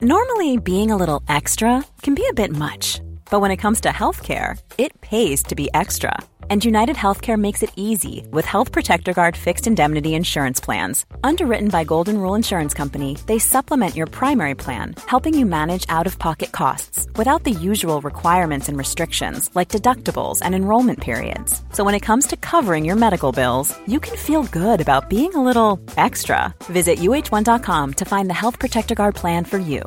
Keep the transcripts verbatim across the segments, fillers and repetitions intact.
Normally, being a little extra can be a bit much, but when it comes to healthcare, it pays to be extra. And United Healthcare makes it easy with Health Protector Guard fixed indemnity insurance plans. Underwritten by Golden Rule Insurance Company, they supplement your primary plan, helping you manage out-of-pocket costs without the usual requirements and restrictions like deductibles and enrollment periods. So when it comes to covering your medical bills, you can feel good about being a little extra. Visit U H one dot com to find the Health Protector Guard plan for you.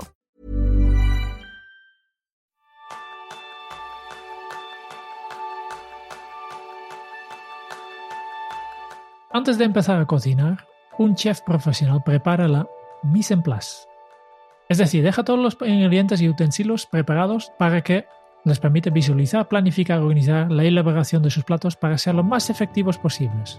Antes de empezar a cocinar, un chef profesional prepara la mise en place. Es decir, deja todos los ingredientes y utensilios preparados para que les permita visualizar, planificar y organizar la elaboración de sus platos para ser lo más efectivos posibles.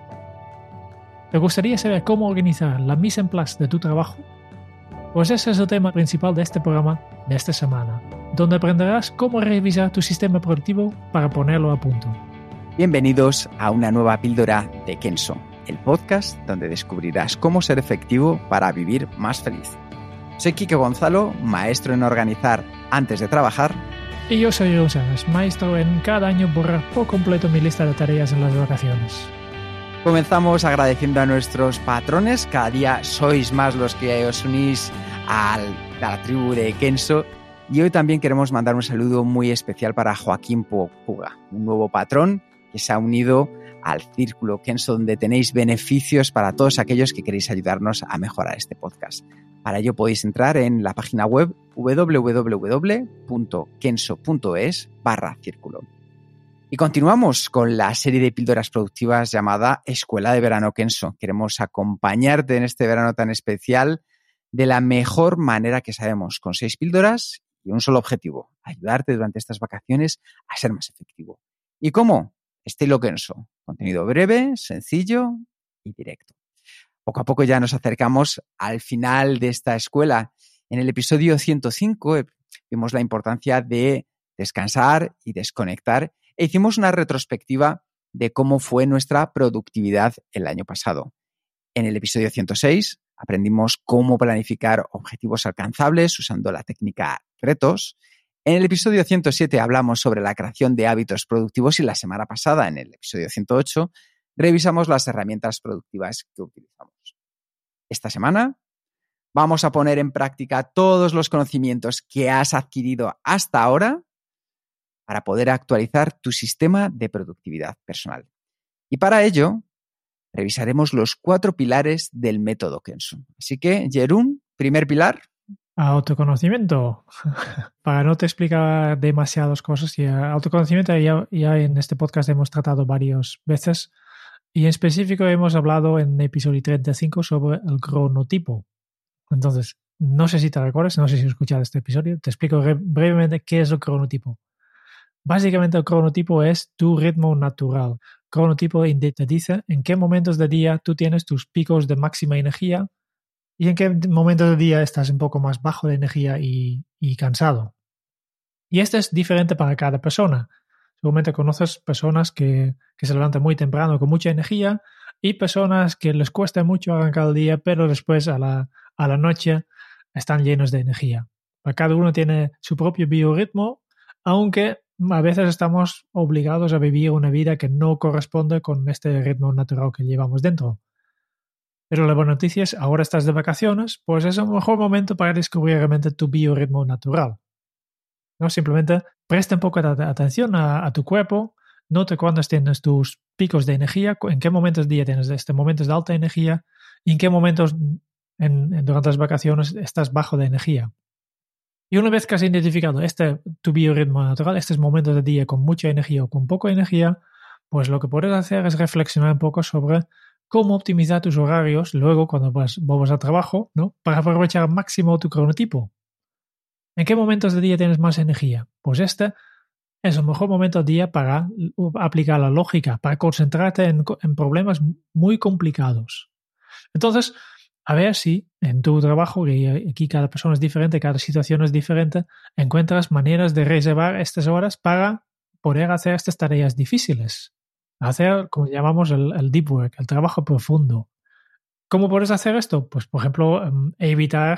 ¿Te gustaría saber cómo organizar la mise en place de tu trabajo? Pues ese es el tema principal de este programa de esta semana, donde aprenderás cómo revisar tu sistema productivo para ponerlo a punto. Bienvenidos a una nueva píldora de Kenso, el podcast donde descubrirás cómo ser efectivo para vivir más feliz. Soy Quique Gonzalo, maestro en organizar antes de trabajar. Y yo soy González, maestro en cada año borrar por completo mi lista de tareas en las vacaciones. Comenzamos agradeciendo a nuestros patrones. Cada día sois más los que os unís al, a la tribu de Kenso. Y hoy también queremos mandar un saludo muy especial para Joaquín Puga, un nuevo patrón que se ha unido al Círculo Kenso, donde tenéis beneficios para todos aquellos que queréis ayudarnos a mejorar este podcast. Para ello podéis entrar en la página web w w w punto kenso punto es barra círculo. Y continuamos con la serie de píldoras productivas llamada Escuela de Verano Kenso. Queremos acompañarte en este verano tan especial de la mejor manera que sabemos, con seis píldoras y un solo objetivo: ayudarte durante estas vacaciones a ser más efectivo. ¿Y cómo? Estilo Kenso, contenido breve, sencillo y directo. Poco a poco ya nos acercamos al final de esta escuela. En el episodio ciento cinco vimos la importancia de descansar y desconectar e hicimos una retrospectiva de cómo fue nuestra productividad el año pasado. En el episodio ciento seis aprendimos cómo planificar objetivos alcanzables usando la técnica retos. En el episodio ciento siete hablamos sobre la creación de hábitos productivos y la semana pasada, en el episodio ciento ocho, revisamos las herramientas productivas que utilizamos. Esta semana vamos a poner en práctica todos los conocimientos que has adquirido hasta ahora para poder actualizar tu sistema de productividad personal. Y para ello, revisaremos los cuatro pilares del método Kenso. Así que, Jerún, primer pilar. Autoconocimiento. Para no te explicar demasiadas cosas, y autoconocimiento ya, ya en este podcast hemos tratado varias veces, y en específico hemos hablado en el episodio treinta y cinco sobre el cronotipo. Entonces, no sé si te recuerdas, no sé si has escuchado este episodio, te explico re- brevemente qué es el cronotipo. Básicamente el cronotipo es tu ritmo natural. El cronotipo te dice en qué momentos del día tú tienes tus picos de máxima energía y en qué momentos del día estás un poco más bajo de energía y, y cansado. Y este es diferente para cada persona. Seguramente conoces personas que, que se levantan muy temprano con mucha energía y personas que les cuesta mucho arrancar el día, pero después a la, a la noche están llenos de energía. Cada uno tiene su propio biorritmo, aunque a veces estamos obligados a vivir una vida que no corresponde con este ritmo natural que llevamos dentro. Pero la buena noticia es, ahora estás de vacaciones, pues es el mejor momento para descubrir realmente tu biorritmo natural. ¿No? Simplemente presta un poco de atención a, a tu cuerpo, nota cuándo tienes tus picos de energía, en qué momentos del día tienes este momentos de alta energía y en qué momentos en, en, durante las vacaciones estás bajo de energía. Y una vez que has identificado este tu biorritmo natural, estos momentos del día con mucha energía o con poca energía, pues lo que puedes hacer es reflexionar un poco sobre cómo optimizar tus horarios luego cuando vas, vuelvas al trabajo, ¿no? Para aprovechar al máximo tu cronotipo. ¿En qué momentos del día tienes más energía? Pues este es el mejor momento del día para aplicar la lógica, para concentrarte en, en problemas muy complicados. Entonces, a ver si en tu trabajo, que aquí cada persona es diferente, cada situación es diferente, encuentras maneras de reservar estas horas para poder hacer estas tareas difíciles. Hacer, como llamamos, el, el deep work, el trabajo profundo. ¿Cómo puedes hacer esto? Pues, por ejemplo, evitar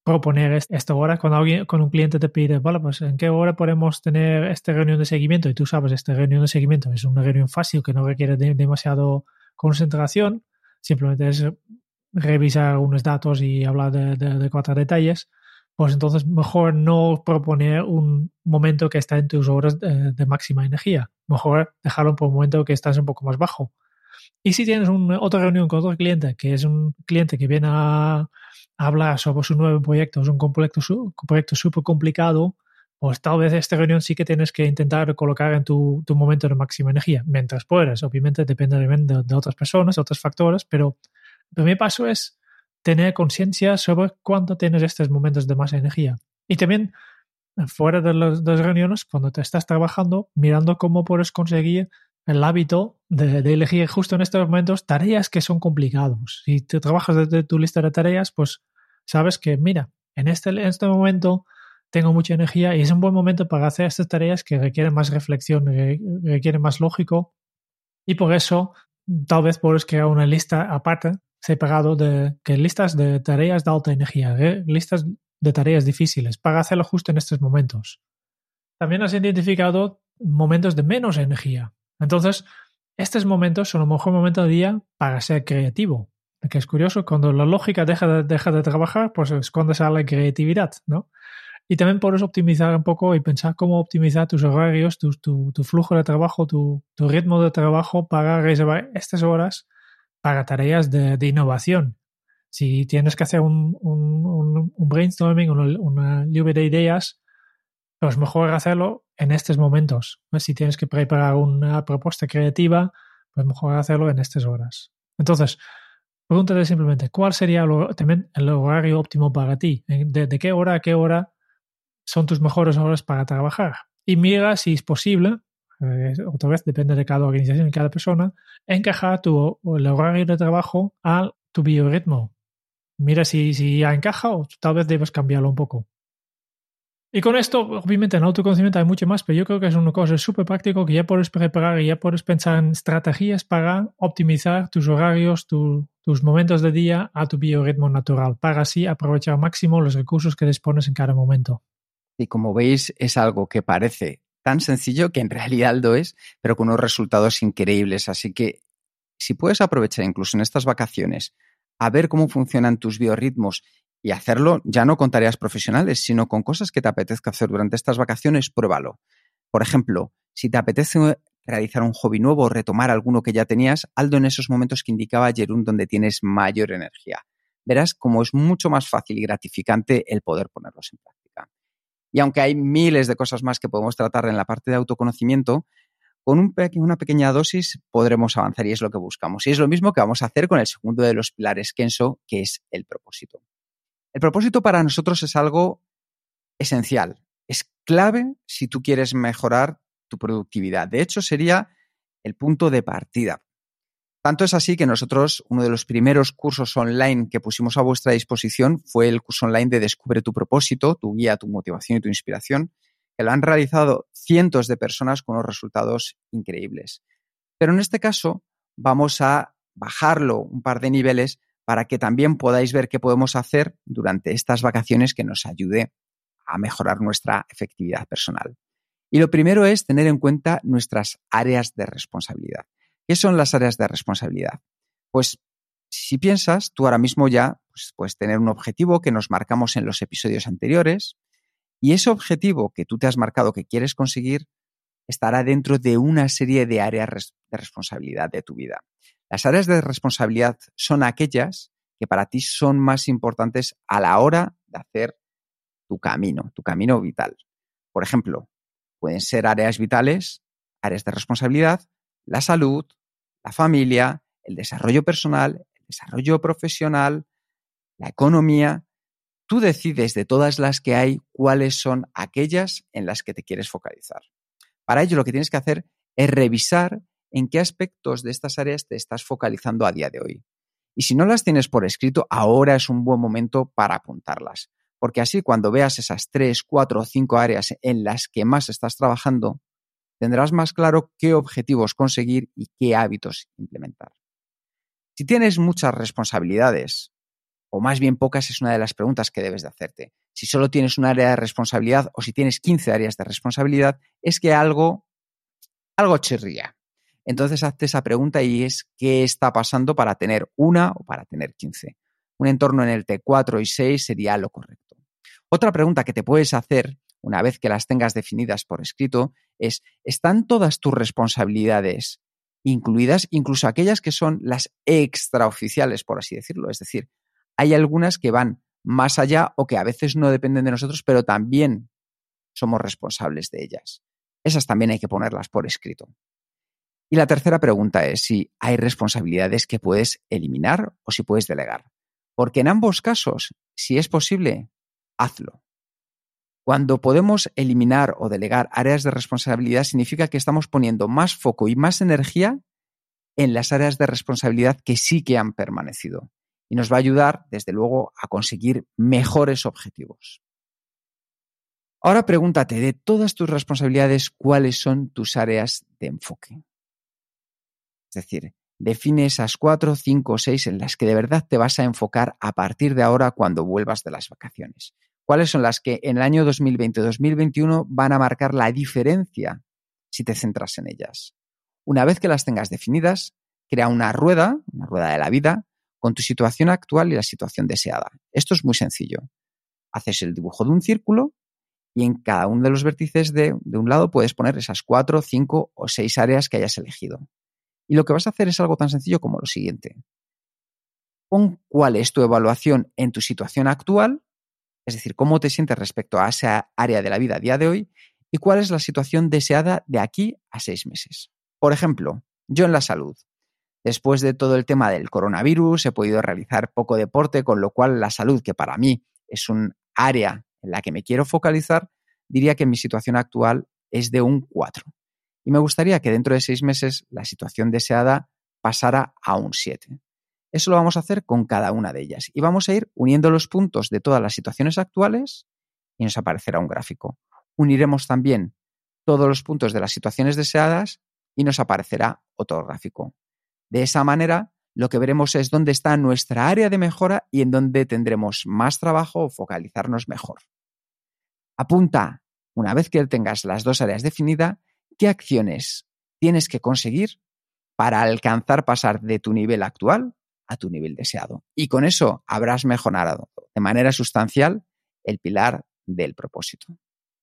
proponer esta hora cuando alguien, cuando un cliente te pide, vale, pues ¿en qué hora podemos tener esta reunión de seguimiento? Y tú sabes, esta reunión de seguimiento es una reunión fácil que no requiere de, demasiado concentración, simplemente es revisar unos datos y hablar de, de, de cuatro detalles. Pues entonces mejor no proponer un momento que está en tus horas de, de máxima energía. Mejor dejarlo por un momento que estás un poco más bajo. Y si tienes un, otra reunión con otro cliente, que es un cliente que viene a, a hablar sobre su nuevo proyecto, es un proyecto, un proyecto súper complicado, pues tal vez esta reunión sí que tienes que intentar colocar en tu, tu momento de máxima energía, mientras puedas. Obviamente depende de, de otras personas, de otros factores, pero el primer paso es tener conciencia sobre cuándo tienes estos momentos de más energía. Y también, fuera de, los, de las reuniones, cuando te estás trabajando, mirando cómo puedes conseguir el hábito de, de elegir justo en estos momentos tareas que son complicados. Si te trabajas desde tu lista de tareas, pues sabes que, mira, en este, en este momento tengo mucha energía y es un buen momento para hacer estas tareas que requieren más reflexión, que requieren más lógico, y por eso tal vez puedes crear una lista aparte separado de que listas de tareas de alta energía, ¿eh? Listas de tareas difíciles para hacerlo justo en estos momentos. También has identificado momentos de menos energía. Entonces, estos momentos son el mejor momento del día para ser creativo. Que es curioso, cuando la lógica deja de, deja de trabajar, pues es cuando sale la creatividad, ¿no? Y también puedes optimizar un poco y pensar cómo optimizar tus horarios, tu, tu, tu flujo de trabajo, tu, tu ritmo de trabajo para reservar estas horas para tareas de, de innovación. Si tienes que hacer un, un, un, un brainstorming, una, una lluvia de ideas, pues mejor hacerlo en estos momentos. Si tienes que preparar una propuesta creativa, pues mejor hacerlo en estas horas. Entonces, pregúntate simplemente, ¿cuál sería el, también el horario óptimo para ti? ¿De, de qué hora a qué hora son tus mejores horas para trabajar? Y mira si es posible, eh, otra vez depende de cada organización y cada persona, encajar tu, el horario de trabajo a tu biorritmo. Mira si, si ya encaja o tal vez debes cambiarlo un poco. Y con esto, obviamente en autoconocimiento hay mucho más, pero yo creo que es una cosa súper práctica que ya puedes preparar y ya puedes pensar en estrategias para optimizar tus horarios, tu, tus momentos de día a tu biorritmo natural, para así aprovechar al máximo los recursos que dispones en cada momento. Y como veis, es algo que parece tan sencillo que en realidad lo es, pero con unos resultados increíbles. Así que si puedes aprovechar incluso en estas vacaciones a ver cómo funcionan tus biorritmos y hacerlo ya no con tareas profesionales, sino con cosas que te apetezca hacer durante estas vacaciones, pruébalo. Por ejemplo, si te apetece realizar un hobby nuevo o retomar alguno que ya tenías, hazlo en esos momentos que indicaba Jeroen donde tienes mayor energía. Verás cómo es mucho más fácil y gratificante el poder ponerlos en práctica. Y aunque hay miles de cosas más que podemos tratar en la parte de autoconocimiento, con un pe- una pequeña dosis podremos avanzar y es lo que buscamos. Y es lo mismo que vamos a hacer con el segundo de los pilares Kenso, que es el propósito. El propósito para nosotros es algo esencial, es clave si tú quieres mejorar tu productividad. De hecho, sería el punto de partida. Tanto es así que nosotros, uno de los primeros cursos online que pusimos a vuestra disposición fue el curso online de Descubre tu propósito, tu guía, tu motivación y tu inspiración, que lo han realizado cientos de personas con unos resultados increíbles. Pero en este caso vamos a bajarlo un par de niveles para que también podáis ver qué podemos hacer durante estas vacaciones que nos ayude a mejorar nuestra efectividad personal. Y lo primero es tener en cuenta nuestras áreas de responsabilidad. ¿Qué son las áreas de responsabilidad? Pues si piensas, tú ahora mismo ya pues, puedes tener un objetivo que nos marcamos en los episodios anteriores y ese objetivo que tú te has marcado que quieres conseguir estará dentro de una serie de áreas de responsabilidad de tu vida. Las áreas de responsabilidad son aquellas que para ti son más importantes a la hora de hacer tu camino, tu camino vital. Por ejemplo, pueden ser áreas vitales, áreas de responsabilidad, la salud, la familia, el desarrollo personal, el desarrollo profesional, la economía. Tú decides de todas las que hay cuáles son aquellas en las que te quieres focalizar. Para ello lo que tienes que hacer es revisar en qué aspectos de estas áreas te estás focalizando a día de hoy. Y si no las tienes por escrito, ahora es un buen momento para apuntarlas. Porque así cuando veas esas tres, cuatro o cinco áreas en las que más estás trabajando, tendrás más claro qué objetivos conseguir y qué hábitos implementar. Si tienes muchas responsabilidades, o más bien pocas, es una de las preguntas que debes de hacerte. Si solo tienes un área de responsabilidad o si tienes quince áreas de responsabilidad, es que algo, algo chirría. Entonces hazte esa pregunta y es ¿qué está pasando para tener una o para tener quince? Un entorno en el T cuatro y seis sería lo correcto. Otra pregunta que te puedes hacer una vez que las tengas definidas por escrito es ¿están todas tus responsabilidades incluidas, incluso aquellas que son las extraoficiales, por así decirlo? Es decir, hay algunas que van más allá o que a veces no dependen de nosotros, pero también somos responsables de ellas. Esas también hay que ponerlas por escrito. Y la tercera pregunta es si hay responsabilidades que puedes eliminar o si puedes delegar. Porque en ambos casos, si es posible, hazlo. Cuando podemos eliminar o delegar áreas de responsabilidad, significa que estamos poniendo más foco y más energía en las áreas de responsabilidad que sí que han permanecido. Y nos va a ayudar, desde luego, a conseguir mejores objetivos. Ahora pregúntate, de todas tus responsabilidades, ¿cuáles son tus áreas de enfoque? Es decir, define esas cuatro, cinco o seis en las que de verdad te vas a enfocar a partir de ahora cuando vuelvas de las vacaciones. ¿Cuáles son las que en el año dos mil veinte o dos mil veintiuno van a marcar la diferencia si te centras en ellas? Una vez que las tengas definidas, crea una rueda, una rueda de la vida, con tu situación actual y la situación deseada. Esto es muy sencillo. Haces el dibujo de un círculo y en cada uno de los vértices de, de un lado puedes poner esas cuatro, cinco o seis áreas que hayas elegido. Y lo que vas a hacer es algo tan sencillo como lo siguiente. Pon cuál es tu evaluación en tu situación actual, es decir, cómo te sientes respecto a esa área de la vida a día de hoy y cuál es la situación deseada de aquí a seis meses. Por ejemplo, yo en la salud. Después de todo el tema del coronavirus he podido realizar poco deporte, con lo cual la salud, que para mí es un área en la que me quiero focalizar, diría que mi situación actual es de un cuatro. Y me gustaría que dentro de seis meses la situación deseada pasara a un siete. Eso lo vamos a hacer con cada una de ellas. Y vamos a ir uniendo los puntos de todas las situaciones actuales y nos aparecerá un gráfico. Uniremos también todos los puntos de las situaciones deseadas y nos aparecerá otro gráfico. De esa manera, lo que veremos es dónde está nuestra área de mejora y en dónde tendremos más trabajo o focalizarnos mejor. Apunta, una vez que tengas las dos áreas definidas, qué acciones tienes que conseguir para alcanzar pasar de tu nivel actual a tu nivel deseado. Y con eso habrás mejorado de manera sustancial el pilar del propósito.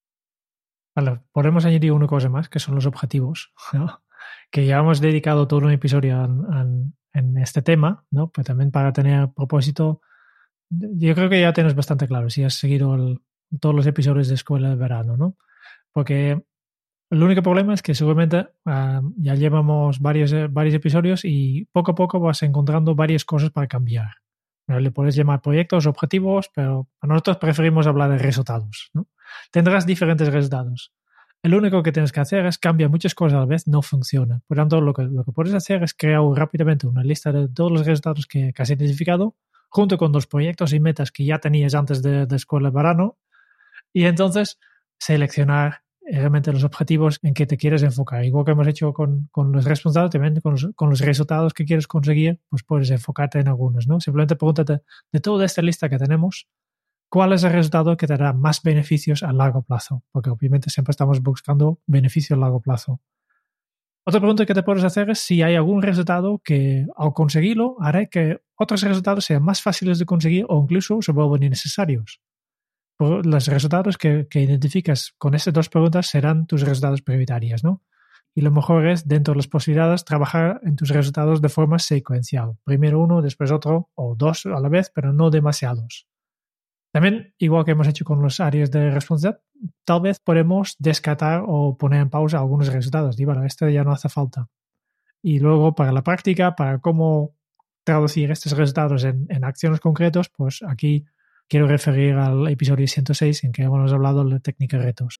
Vale, podemos añadir una cosa más, que son los objetivos, ¿no? Que ya hemos dedicado todo un episodio en, en este tema, ¿no? Pero también para tener propósito, yo creo que ya tienes bastante claro si has seguido el, todos los episodios de Escuela de Verano, ¿no? Porque el único problema es que seguramente uh, ya llevamos varios, varios episodios y poco a poco vas encontrando varias cosas para cambiar. ¿No? Le puedes llamar proyectos, objetivos, pero nosotros preferimos hablar de resultados, ¿no? Tendrás diferentes resultados. El único que tienes que hacer es cambiar muchas cosas a la vez, no funciona. Por tanto, lo que, lo que puedes hacer es crear rápidamente una lista de todos los resultados que, que has identificado, junto con los proyectos y metas que ya tenías antes de, de Escuela de Verano, y entonces seleccionar realmente los objetivos en que te quieres enfocar. Igual que hemos hecho con, con los responsables, también con los, con los resultados que quieres conseguir, pues puedes enfocarte en algunos, ¿no? Simplemente pregúntate, de toda esta lista que tenemos, ¿cuál es el resultado que te dará más beneficios a largo plazo? Porque obviamente siempre estamos buscando beneficios a largo plazo. Otra pregunta que te puedes hacer es si hay algún resultado que al conseguirlo hará que otros resultados sean más fáciles de conseguir o incluso se vuelvan innecesarios. Los resultados que, que identificas con estas dos preguntas serán tus resultados prioritarios, ¿no? Y lo mejor es, dentro de las posibilidades, trabajar en tus resultados de forma secuencial. Primero uno, después otro, o dos a la vez, pero no demasiados. También, igual que hemos hecho con las áreas de responsabilidad, tal vez podemos descartar o poner en pausa algunos resultados. Y bueno, esto ya no hace falta. Y luego, para la práctica, para cómo traducir estos resultados en, en acciones concretas, pues aquí quiero referir al episodio ciento seis en que hemos hablado de técnica retos.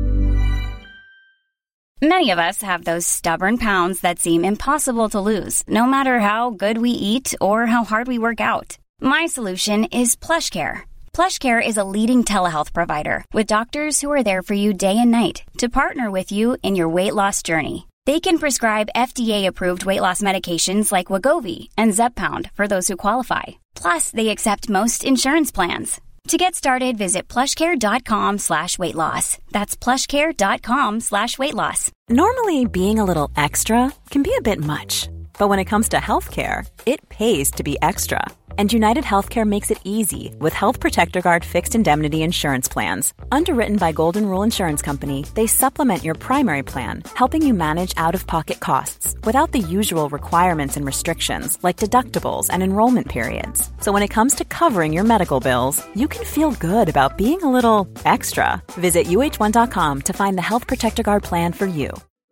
Many of us have those stubborn pounds that seem impossible to lose, no matter how good we eat or how hard we work out. My solution is PlushCare. PlushCare is a leading telehealth provider with doctors who are there for you day and night to partner with you in your weight loss journey. They can prescribe F D A-approved weight loss medications like Wegovy and Zepbound for those who qualify. Plus, they accept most insurance plans. To get started, visit plushcare.com slash weight loss. That's plushcare.com slash weight loss. Normally, being a little extra can be a bit much, but when it comes to healthcare, it pays to be extra. And United Healthcare makes it easy with Health Protector Guard fixed indemnity insurance plans. Underwritten by Golden Rule Insurance Company, they supplement your primary plan, helping you manage out-of-pocket costs without the usual requirements and restrictions like deductibles and enrollment periods. So when it comes to covering your medical bills, you can feel good about being a little extra. Visit U H one dot com to find the Health Protector Guard plan for you.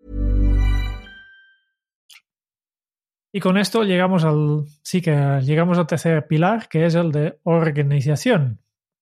Y con esto llegamos al sí que llegamos al tercer pilar, que es el de organización.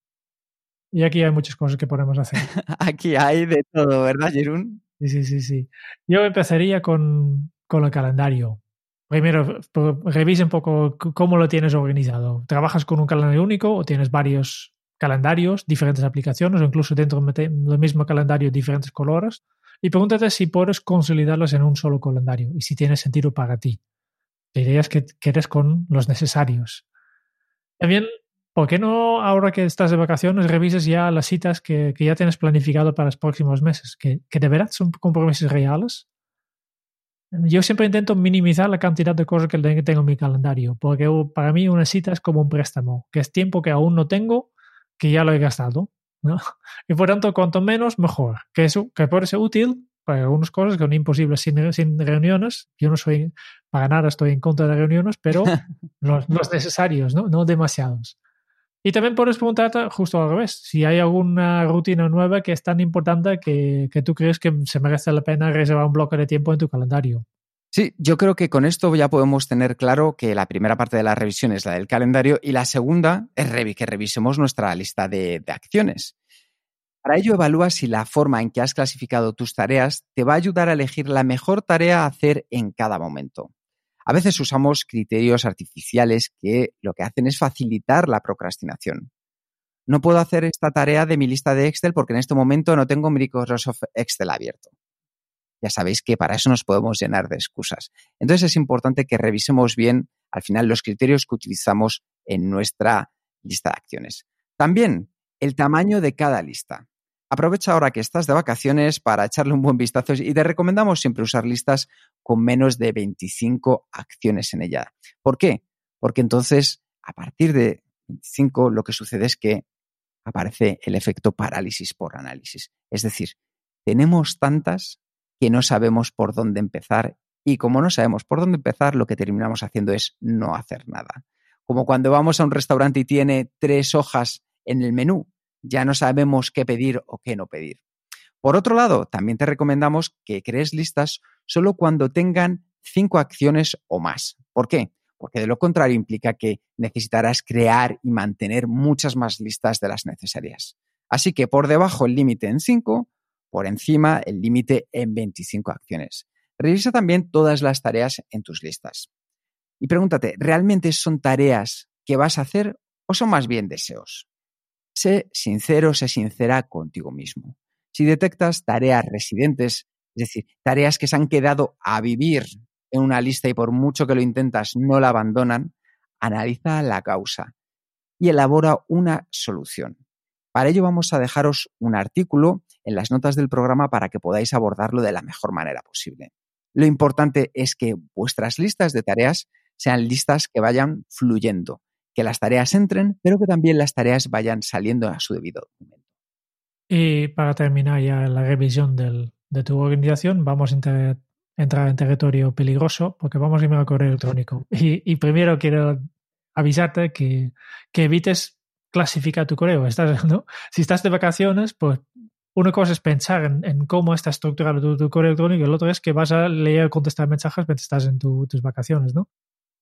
Y aquí hay muchas cosas que podemos hacer. Aquí hay de todo, ¿verdad, Jeroen? Sí, sí, sí, sí. Yo empezaría con, con el calendario. Primero, revisa un poco cómo lo tienes organizado. ¿Trabajas con un calendario único o tienes varios calendarios, diferentes aplicaciones o incluso dentro del mismo calendario diferentes colores? Y pregúntate si puedes consolidarlos en un solo calendario y si tiene sentido para ti. Dirías que quedes con los necesarios. También, ¿por qué no, ahora que estás de vacaciones, revises ya las citas que, que ya tienes planificado para los próximos meses? Que, que de verdad son compromisos reales. Yo siempre intento minimizar la cantidad de cosas que tengo en mi calendario, porque para mí una cita es como un préstamo, que es tiempo que aún no tengo, que ya lo he gastado, ¿no? Y por tanto, cuanto menos, mejor. Que eso que puede ser útil para algunas cosas que son imposibles sin, sin reuniones. Yo no soy, para nada estoy en contra de reuniones, pero los, los necesarios, ¿no? No demasiados. Y también puedes preguntarte justo al revés, si hay alguna rutina nueva que es tan importante que, que tú crees que se merece la pena reservar un bloque de tiempo en tu calendario. Sí, yo creo que con esto ya podemos tener claro que la primera parte de la revisión es la del calendario y la segunda es que revisemos nuestra lista de, de acciones. Para ello, evalúa si la forma en que has clasificado tus tareas te va a ayudar a elegir la mejor tarea a hacer en cada momento. A veces usamos criterios artificiales que lo que hacen es facilitar la procrastinación. No puedo hacer esta tarea de mi lista de Excel porque en este momento no tengo Microsoft Excel abierto. Ya sabéis que para eso nos podemos llenar de excusas. Entonces es importante que revisemos bien al final los criterios que utilizamos en nuestra lista de acciones. También el tamaño de cada lista. Aprovecha ahora que estás de vacaciones para echarle un buen vistazo y te recomendamos siempre usar listas con menos de veinticinco acciones en ella. ¿Por qué? Porque entonces, a partir de veinticinco, lo que sucede es que aparece el efecto parálisis por análisis. Es decir, tenemos tantas que no sabemos por dónde empezar y como no sabemos por dónde empezar, lo que terminamos haciendo es no hacer nada. Como cuando vamos a un restaurante y tiene tres hojas en el menú, ya no sabemos qué pedir o qué no pedir. Por otro lado, también te recomendamos que crees listas solo cuando tengan cinco acciones o más. ¿Por qué? Porque de lo contrario implica que necesitarás crear y mantener muchas más listas de las necesarias. Así que por debajo el límite en cinco, por encima el límite en veinticinco acciones. Revisa también todas las tareas en tus listas. Y pregúntate, ¿realmente son tareas que vas a hacer o son más bien deseos? Sé sincero, sé sincera contigo mismo. Si detectas tareas residentes, es decir, tareas que se han quedado a vivir en una lista y por mucho que lo intentas no la abandonan, analiza la causa y elabora una solución. Para ello vamos a dejaros un artículo en las notas del programa para que podáis abordarlo de la mejor manera posible. Lo importante es que vuestras listas de tareas sean listas que vayan fluyendo, que las tareas entren, pero que también las tareas vayan saliendo a su debido momento. Y para terminar ya la revisión del, de tu organización, vamos a inter, entrar en territorio peligroso porque vamos a ir al correo electrónico. Y, y primero quiero avisarte que, que evites clasificar tu correo. Estás, ¿no? Si estás de vacaciones, pues una cosa es pensar en, en cómo está estructurado tu, tu correo electrónico y el otro es que vas a leer o contestar mensajes mientras estás en tu, tus vacaciones, ¿no?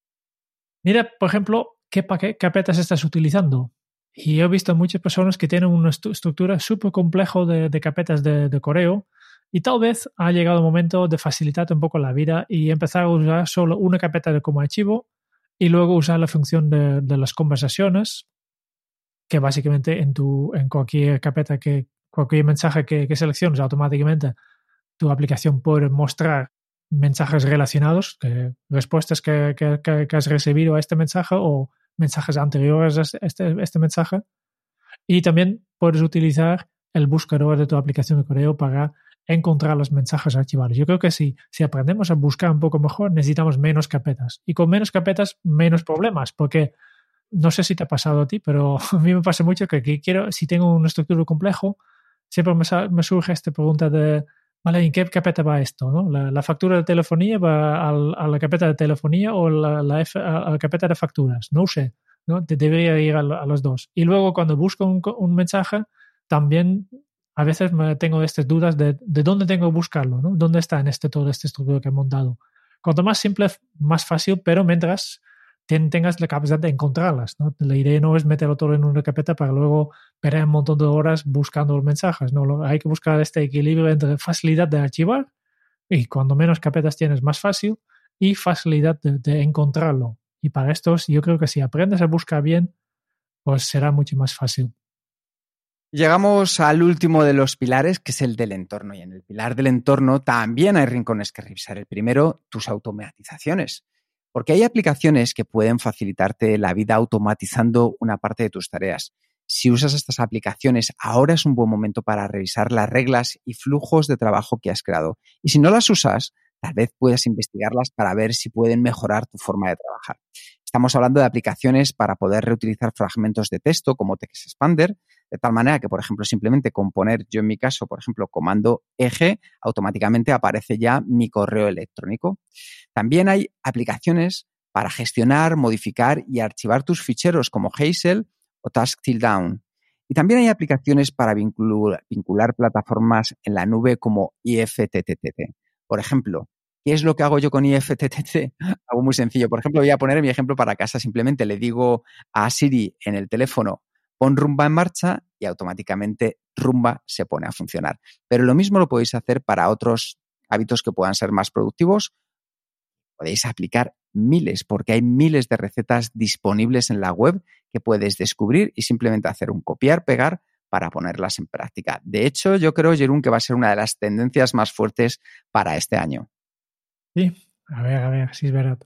Mira, por ejemplo, qué carpetas estás utilizando. Y he visto muchas personas que tienen una estu- estructura súper compleja de, de carpetas de, de correo y tal vez ha llegado el momento de facilitarte un poco la vida y empezar a usar solo una carpeta de como archivo y luego usar la función de, de las conversaciones, que básicamente en, tu, en cualquier carpeta, que cualquier mensaje que, que selecciones automáticamente tu aplicación puede mostrar mensajes relacionados, que, respuestas que, que, que, que has recibido a este mensaje o mensajes anteriores a este, este mensaje. Y también puedes utilizar el buscador de tu aplicación de correo para encontrar los mensajes archivados. Yo creo que si, si aprendemos a buscar un poco mejor, necesitamos menos carpetas. Y con menos carpetas, menos problemas, porque no sé si te ha pasado a ti, pero a mí me pasa mucho que, que quiero, si tengo un estructura complejo, siempre me, me surge esta pregunta de, vale, ¿en qué carpeta va esto? ¿No? La, la factura de telefonía va al, a la carpeta de telefonía o la, la F, a la carpeta de facturas. No sé, ¿no? Debería ir a, a los dos. Y luego cuando busco un, un mensaje, también a veces me tengo estas dudas de, de dónde tengo que buscarlo, ¿no? ¿Dónde está en este, toda esta estructura que he montado? Cuanto más simple, más fácil, pero mientras tengas la capacidad de encontrarlas, ¿no? La idea no es meterlo todo en una carpeta para luego perder un montón de horas buscando los mensajes, ¿no? Hay que buscar este equilibrio entre facilidad de archivar y cuando menos carpetas tienes más fácil y facilidad de, de encontrarlo. Y para esto yo creo que si aprendes a buscar bien, pues será mucho más fácil. Llegamos al último de los pilares, que es el del entorno. Y en el pilar del entorno también hay rincones que revisar. El primero, tus automatizaciones. Porque hay aplicaciones que pueden facilitarte la vida automatizando una parte de tus tareas. Si usas estas aplicaciones, ahora es un buen momento para revisar las reglas y flujos de trabajo que has creado. Y si no las usas, tal vez puedas investigarlas para ver si pueden mejorar tu forma de trabajar. Estamos hablando de aplicaciones para poder reutilizar fragmentos de texto como TextExpander, de tal manera que, por ejemplo, simplemente con poner, yo en mi caso, por ejemplo, comando eje, automáticamente aparece ya mi correo electrónico. También hay aplicaciones para gestionar, modificar y archivar tus ficheros como Hazel o Task-Till-Down. Y también hay aplicaciones para vincular, vincular plataformas en la nube como I F T T T. Por ejemplo, ¿qué es lo que hago yo con I F T T T? Algo muy sencillo. Por ejemplo, voy a poner mi ejemplo para casa. Simplemente le digo a Siri en el teléfono, pon Rumba en marcha y automáticamente Rumba se pone a funcionar. Pero lo mismo lo podéis hacer para otros hábitos que puedan ser más productivos. Podéis aplicar miles, porque hay miles de recetas disponibles en la web que puedes descubrir y simplemente hacer un copiar, pegar para ponerlas en práctica. De hecho, yo creo, Jeroen, que va a ser una de las tendencias más fuertes para este año. Sí, a ver, a ver, sí es verdad.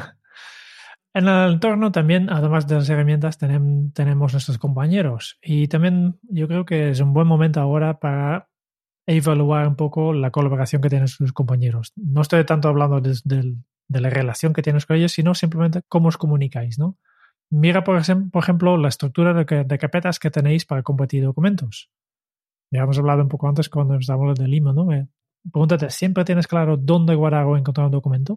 En el entorno también, además de las herramientas, tenemos, tenemos nuestros compañeros. Y también yo creo que es un buen momento ahora para evaluar un poco la colaboración que tienen sus compañeros. No estoy tanto hablando de, de, de la relación que tienes con ellos, sino simplemente cómo os comunicáis, ¿no? Mira, por ejemplo, por ejemplo la estructura de, de carpetas que tenéis para compartir documentos. Ya hemos hablado un poco antes cuando estábamos del Lima, ¿no? Eh, pregúntate, ¿siempre tienes claro dónde guardar o encontrar un documento?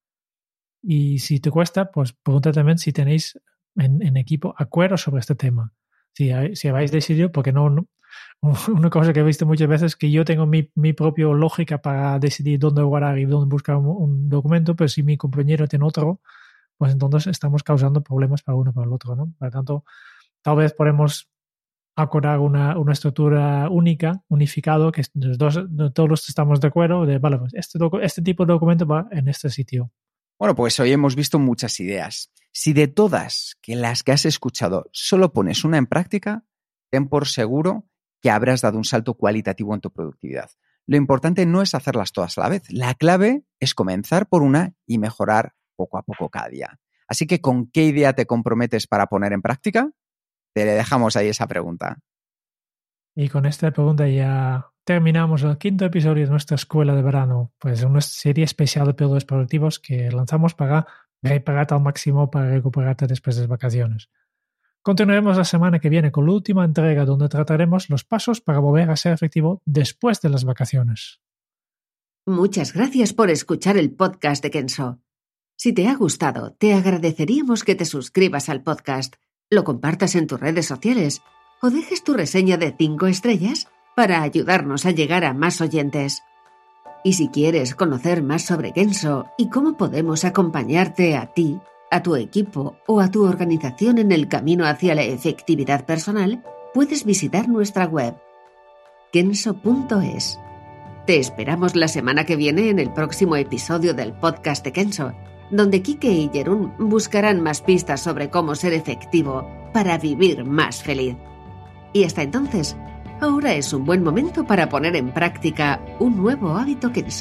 Y si te cuesta, pues pregúntate también si tenéis en, en equipo acuerdos sobre este tema. Si, hay, si habéis decidido, porque no, no, una cosa que he visto muchas veces es que yo tengo mi, mi propia lógica para decidir dónde guardar y dónde buscar un, un documento, pero si mi compañero tiene otro, pues entonces estamos causando problemas para uno y para el otro, ¿no? Por lo tanto, tal vez podemos acordar una, una estructura única, unificado, que los dos, todos estamos de acuerdo de, vale, pues este, docu- este tipo de documento va en este sitio. Bueno, pues hoy hemos visto muchas ideas. Si de todas que las que has escuchado solo pones una en práctica, ten por seguro que habrás dado un salto cualitativo en tu productividad. Lo importante no es hacerlas todas a la vez. La clave es comenzar por una y mejorar poco a poco cada día. Así que, ¿con qué idea te comprometes para poner en práctica? Te le dejamos ahí esa pregunta. Y con esta pregunta ya terminamos el quinto episodio de nuestra escuela de verano, pues una serie especial de píldoras productivos que lanzamos para repararte al máximo para recuperarte después de las vacaciones. Continuaremos la semana que viene con la última entrega donde trataremos los pasos para volver a ser efectivo después de las vacaciones. Muchas gracias por escuchar el podcast de Kenso. Si te ha gustado, te agradeceríamos que te suscribas al podcast, lo compartas en tus redes sociales o dejes tu reseña de cinco estrellas para ayudarnos a llegar a más oyentes. Y si quieres conocer más sobre Kenso y cómo podemos acompañarte a ti, a tu equipo o a tu organización en el camino hacia la efectividad personal, puedes visitar nuestra web kenso punto es. Te esperamos la semana que viene en el próximo episodio del podcast de Kenso, donde Kike y Jeroen buscarán más pistas sobre cómo ser efectivo para vivir más feliz. Y hasta entonces, ahora es un buen momento para poner en práctica un nuevo hábito Kenso.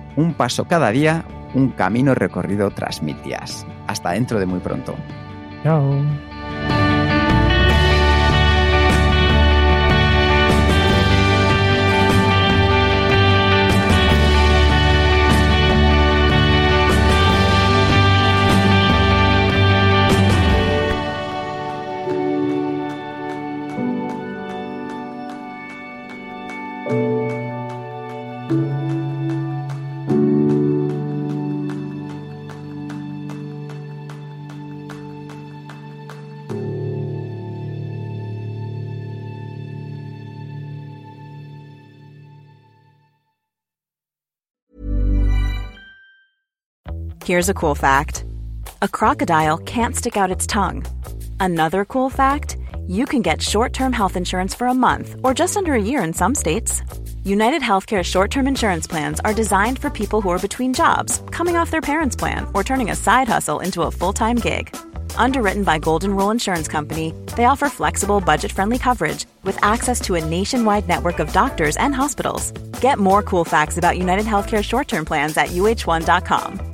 un paso cada día, un camino recorrido tras mil días. Hasta dentro de muy pronto. Chao. Here's a cool fact. A crocodile can't stick out its tongue. Another cool fact, you can get short-term health insurance for a month or just under a year in some states. United Healthcare short-term insurance plans are designed for people who are between jobs, coming off their parents' plan, or turning a side hustle into a full-time gig. Underwritten by Golden Rule Insurance Company, they offer flexible, budget-friendly coverage with access to a nationwide network of doctors and hospitals. Get more cool facts about United Healthcare short-term plans at U H one dot com.